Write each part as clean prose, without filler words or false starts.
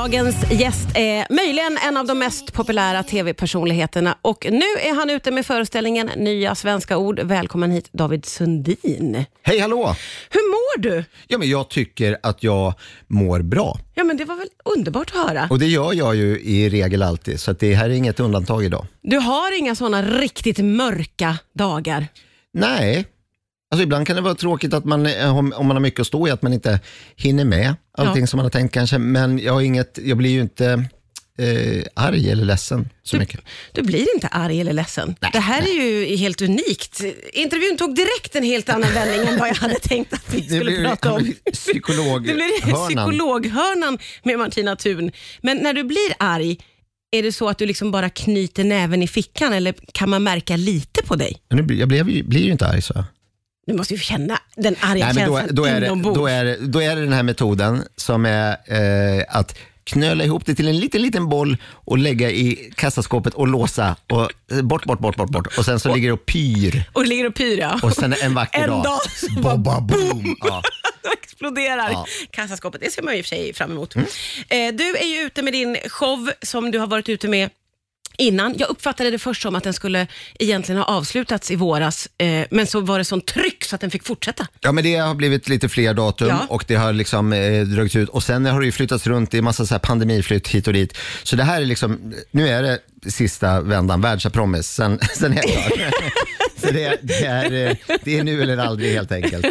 Dagens gäst är möjligen en av de mest populära tv-personligheterna och nu är han ute med föreställningen Nya svenska ord. Välkommen hit, David Sundin. Hej, hallå! Hur mår du? Ja, men jag tycker att jag mår bra. Ja, men det var väl underbart att höra. Och det gör jag ju i regel alltid, så att det här är inget undantag idag. Du har inga sådana riktigt mörka dagar? Nej. Alltså ibland kan det vara tråkigt att man, om man har mycket att stå i, att man inte hinner med allting som man har tänkt kanske. Men jag blir ju inte arg eller ledsen så mycket. Du blir inte arg eller ledsen. Nej, det här är ju helt unikt. Intervjun tog direkt en helt annan vändning än vad jag hade tänkt att vi skulle prata om. Psykologhörnan. Det blir psykologhörnan med Martina Thun. Men när du blir arg, är det så att du liksom bara knyter näven i fickan eller kan man märka lite på dig? Jag blir ju inte arg så. Du måste ju känna den arga känslan inombords. Då är det den här metoden som är att knöla ihop det till en liten boll och lägga i kassaskåpet och låsa och bort. Och sen så ligger det och pyr. Och ligger och pyr, ja. Och sen en vacker dag. Bobba boom. Ja. Då exploderar kassaskåpet. Det ser man ju i och för sig fram emot. Du är ju ute med din show som du har varit ute med innan. Jag uppfattade det först som att den skulle egentligen ha avslutats i våras, men så var det sån tryck så att den fick fortsätta. Ja, men det har blivit lite fler datum och det har liksom dragits ut och sen har det ju flyttats runt i massa så här pandemiflytt hit och dit. Så det här är liksom, nu är det sista vändan, världspromis, sen är jag klar. Så det är nu eller aldrig helt enkelt.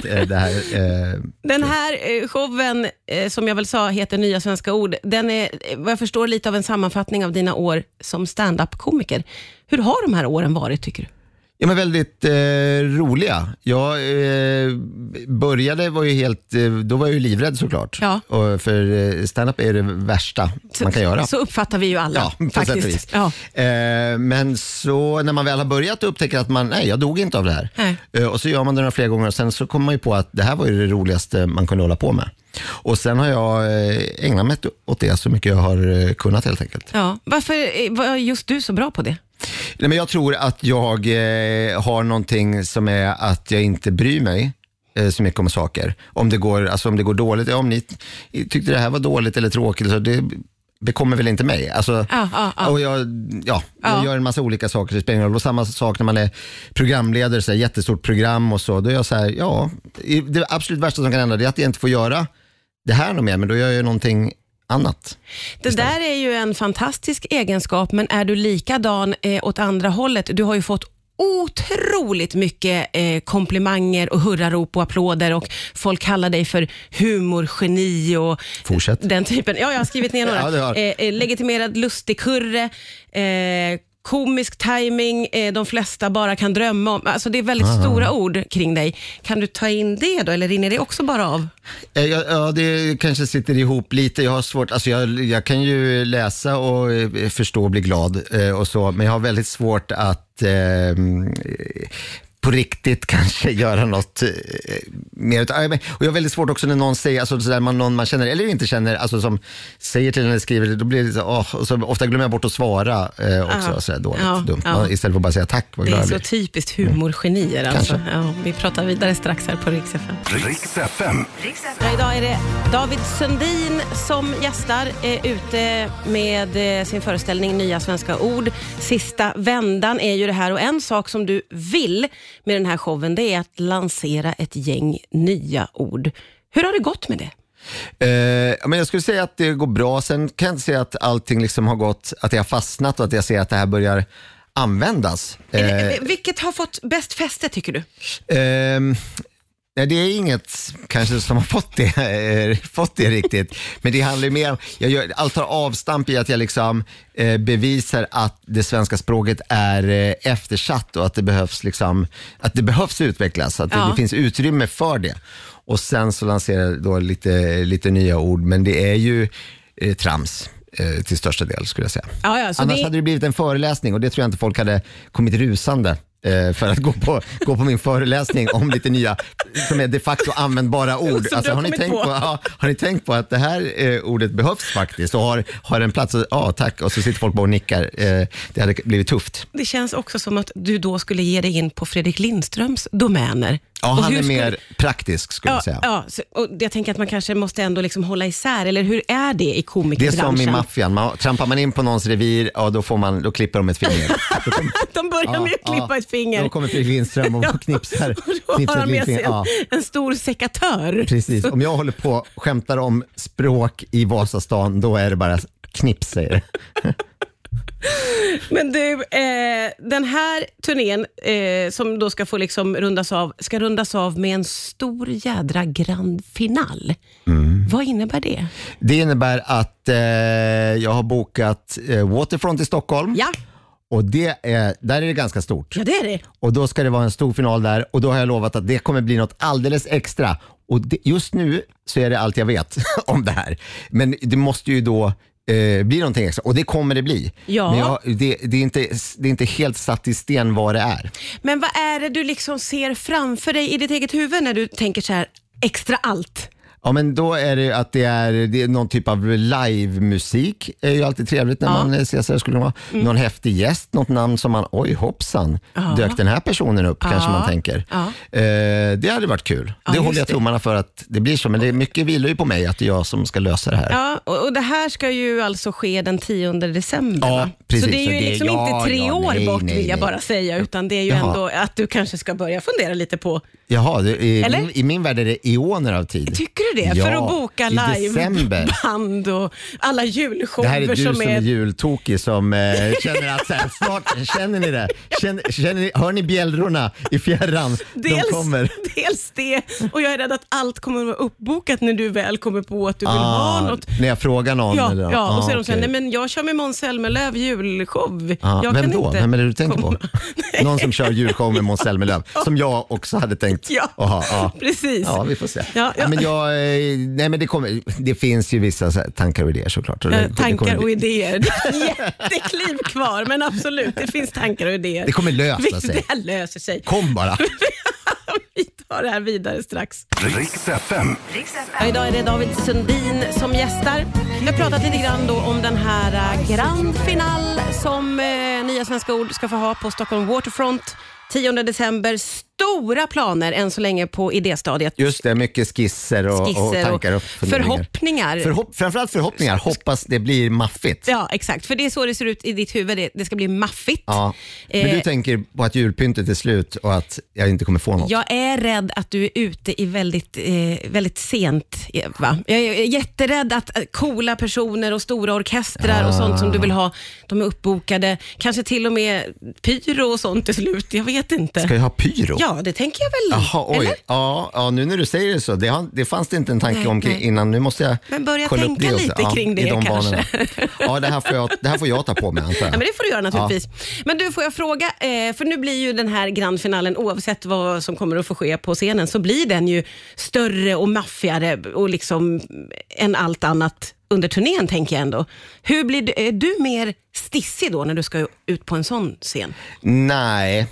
Den här showen som jag väl sa heter Nya svenska ord, den är vad jag förstår lite av en sammanfattning av dina år som stand-up-komiker. Hur har de här åren varit tycker du? Ja, men väldigt roliga. Jag började, då var jag ju livrädd såklart. Ja. Och för stand-up är det värsta man kan göra. Så uppfattar vi ju alla faktiskt. Ja. Men så när man väl har börjat upptäcka att jag dog inte av det här. Och så gör man det några fler gånger och sen så kommer man ju på att det här var ju det roligaste man kunde hålla på med. Och sen har jag ägnat mig åt det så mycket jag har kunnat helt enkelt. Ja. Varför var just du så bra på det? Nej, men jag tror att jag har någonting som är att jag inte bryr mig så mycket om saker. Om det går dåligt, om ni tyckte det här var dåligt eller tråkigt, så det bekommer väl inte mig. Alltså, och jag gör en massa olika saker. Det spelar ingen roll. Samma sak när man är programledare, så här, jättestort program och så. Då är jag så här, det absolut värsta som kan hända är att jag inte får göra det här något mer, men då gör jag någonting annat. Det där är ju en fantastisk egenskap, men är du likadan åt andra hållet? Du har ju fått otroligt mycket komplimanger och hurrarop och applåder och folk kallar dig för humorgeni och den typen. Ja, jag har skrivit ner några. Legitimerad lustigkurre, komisk timing, de flesta bara kan drömma om. Alltså det är väldigt stora ord kring dig. Kan du ta in det då, eller rinner det också bara av? Ja, det kanske sitter ihop lite. Jag har svårt, alltså jag kan ju läsa och förstå och bli glad och så, men jag har väldigt svårt att på riktigt kanske göra något mer. Och jag har väldigt svårt också när någon säger, alltså sådär, någon man känner eller inte känner, alltså som säger till en eller skriver, då blir det så, och så ofta glömmer jag bort att svara också, sådär dåligt, dumt. Istället för att bara säga tack, vad glad jag blir. Det är så typiskt humorgenier alltså. Ja, vi pratar vidare strax här på Rix FM. Rix FM. Idag är det David Sundin som gästar, ute med sin föreställning Nya svenska ord. Sista vändan är ju det här, och en sak som du vill med den här showen, det är att lansera ett gäng nya ord. Hur har det gått med det? Men jag skulle säga att det går bra. Sen kan jag inte säga att allting liksom har gått, att jag har fastnat och att jag ser att det här börjar användas. Vilket har fått bäst fäste tycker du? Nej, det är inget kanske som har fått det riktigt. Men det handlar ju mer om, allt tar avstamp i att jag liksom bevisar att det svenska språket är eftersatt och att det behövs utvecklas, att det finns utrymme för det. Och sen så lanserar jag då lite nya ord, men det är ju trams till största del skulle jag säga. Annars hade det blivit en föreläsning och det tror jag inte folk hade kommit rusande för att gå på min föreläsning om lite nya som är de facto användbara ord. Alltså, har ni tänkt på att det här ordet behövs faktiskt och har en plats och, tack, och så sitter folk bara och nickar. Det hade blivit tufft. Det känns också som att du då skulle ge dig in på Fredrik Lindströms domäner. Ja, han är mer praktisk skulle jag säga. Ja, och jag tänker att man kanske måste ändå liksom hålla isär, eller hur är det i komikerbranschen? Det är som i maffian, trampar man in på någons revir, då klipper de ett finger. De börjar med att klippa ett finger. Då kommer Fredrik Lindström och knipsar. Och då har de med sig en stor sekatör. Precis, om jag håller på och skämtar om språk i Vasastan, då är det bara knips, säger det. Men du, den här turnén som då ska få liksom rundas av med en stor jädra grand final. Vad innebär det? Det innebär att jag har bokat Waterfront i Stockholm. Ja. Och där är det ganska stort. Ja, det är det. Och då ska det vara en stor final där, och då har jag lovat att det kommer bli något alldeles extra. Och just nu så är det allt jag vet om det här. Men det måste ju då blir någonting extra, och det kommer det bli. Ja. Men det är inte helt satt i sten vad det är. Men vad är det du liksom ser framför dig i ditt eget huvud när du tänker så här extra allt? Ja, men då är det att det är någon typ av live-musik. Det är ju alltid trevligt när man ses här. Skulle vara någon häftig gäst, något namn som man, oj hoppsan, dök den här personen upp, kanske man tänker. Det hade varit kul. Det håller jag tummarna för att det blir så, men det är mycket vilar ju på mig att det är jag som ska lösa det här. Ja, och det här ska ju alltså ske den 10 december. Ja, precis. Så det är ju liksom inte 3 år bort, vill jag bara säga, utan det är ju ändå att du kanske ska börja fundera lite på. Jaha, i min värld är det eoner av tid. Tycker du det? För att boka liveband och alla julshower. Det här är du som är jultokig som känner att så här, snart, känner ni det? Hör ni bjällrorna i fjärran? De kommer. Dels det, och jag är rädd att allt kommer att vara uppbokat när du väl kommer på att du vill ha något. När jag frågar någon? Ja, eller? och så är de så här, nej men jag kör med Måns Zelmerlöw julshow. Vem då? Vem är det du tänker på? Någon som kör julshow med Måns Zelmerlöw, som jag också hade tänkt. Ja, precis. Ja, vi får se. Ja. Men det finns ju vissa så här, tankar och idéer såklart. Tankar och idéer. Det är ett jättekliv kvar, men absolut, det finns tankar och idéer. Det kommer lösa sig. Det här löser sig. Kom bara. Vi tar det här vidare strax. Rix FM. Idag är det David Sundin som gästar. Vi har pratat lite grann då om den här grand final som Nya Svenska Ord ska få ha på Stockholm Waterfront 10 december. Stora planer än så länge på idéstadiet. Just det, mycket skisser och tankar och förhoppningar. Framförallt förhoppningar. Hoppas det blir maffigt. Ja, exakt. För det är så det ser ut i ditt huvud. Det ska bli maffigt. Ja. Men du tänker på att julpyntet är slut och att jag inte kommer få något. Jag är rädd att du är ute i väldigt sent. Va? Jag är jätterädd att coola personer och stora orkestrar och sånt som du vill ha, de är uppbokade. Kanske till och med pyro och sånt till slut. Jag vet inte. Ska jag ha pyro? Ja, det tänker jag väl. Jaha, oj. Eller? Ja, nu när du säger det så. Det fanns det inte en tanke om innan. Nu måste jag men börja tänka lite kring det kanske. Ja, det här får jag ta på mig, antar jag. Ja, men det får du göra naturligtvis. Ja. Men du, får jag fråga, för nu blir ju den här grandfinalen, oavsett vad som kommer att få ske på scenen, så blir den ju större och maffigare och liksom än allt annat under turnén, tänker jag ändå. Hur blir du mer stissig då när du ska ut på en sån scen? Nej.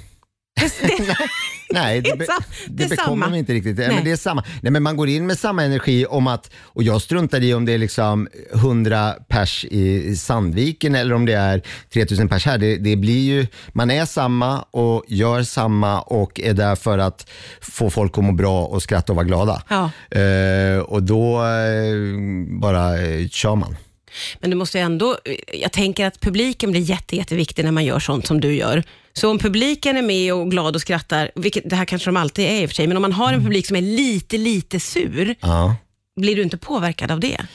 Nej, det bekommer mig inte riktigt. Men det är samma. Nej, men man går in med samma energi om att, och jag struntar i om det är liksom 100 pers i Sandviken eller om det är 3000 pers här. Det blir ju, man är samma och gör samma och är där för att få folk att må bra och skratta och vara glada. Ja. Och då bara kör man. Men du måste ändå, jag tänker att publiken blir jätteviktig när man gör sånt som du gör. Så om publiken är med och glad och skrattar, vilket det här kanske de alltid är i och för sig, men om man har en publik som är lite sur, blir du inte påverkad av det?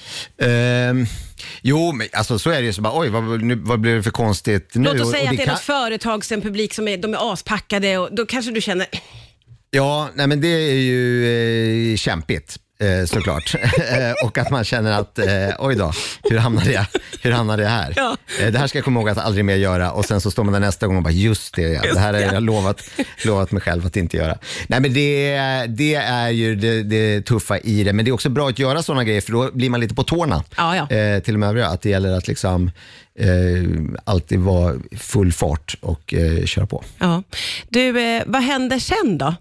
Jo, men alltså så är det ju så bara, oj, vad blev det för konstigt nu? Låt oss säga att det är något företags, en publik som de är aspackade och då kanske du känner... Ja, nej men det är ju kämpigt. Såklart. Och att man känner att oj då, hur hamnade jag här? Ja. Det här ska jag komma ihåg att aldrig mer göra, och sen så står man där nästa gång och bara just det här har jag lovat mig själv att inte göra. Nej, men det är ju det tuffa i det, men det är också bra att göra sådana grejer, för då blir man lite på tårna. Till och med övriga, att det gäller att liksom alltid vara full fart och köra på. Ja. Du, vad händer sen då?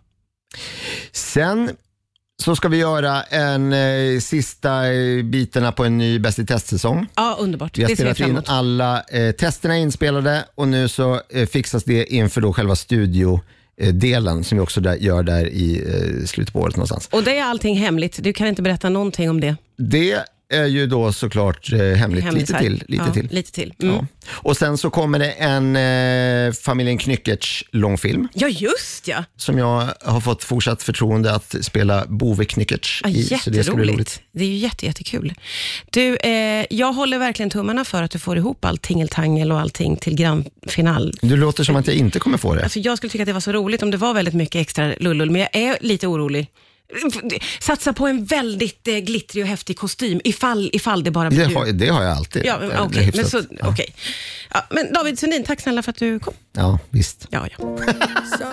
Sen så ska vi göra en sista bitarna på en ny Bäst i testsäsong. Ja, underbart. Vi har spelat in alla testerna inspelade och nu så fixas det inför då själva delen som vi också gör där i slutet på året någonstans. Och det är allting hemligt? Du kan inte berätta någonting om det? Det är ju då såklart hemligt. Lite till. Mm. Ja. Och sen så kommer det en familjen Knyckertz långfilm. Ja, just ja. Som jag har fått fortsatt förtroende att spela Bove Knyckertz i. Så det ska bli roligt. Det är ju jättekul. Du, jag håller verkligen tummarna för att du får ihop allt tingeltangel och allting till grandfinal. Du låter som att jag inte kommer få det. Alltså, jag skulle tycka att det var så roligt om det var väldigt mycket extra lullull, men jag är lite orolig. Satsa på en väldigt glittrig och häftig kostym ifall det bara blir det har jag alltid. Ja, okej. Men så, okay. Ja, men David Sundin, tack snälla för att du kom. Ja, visst. Ja.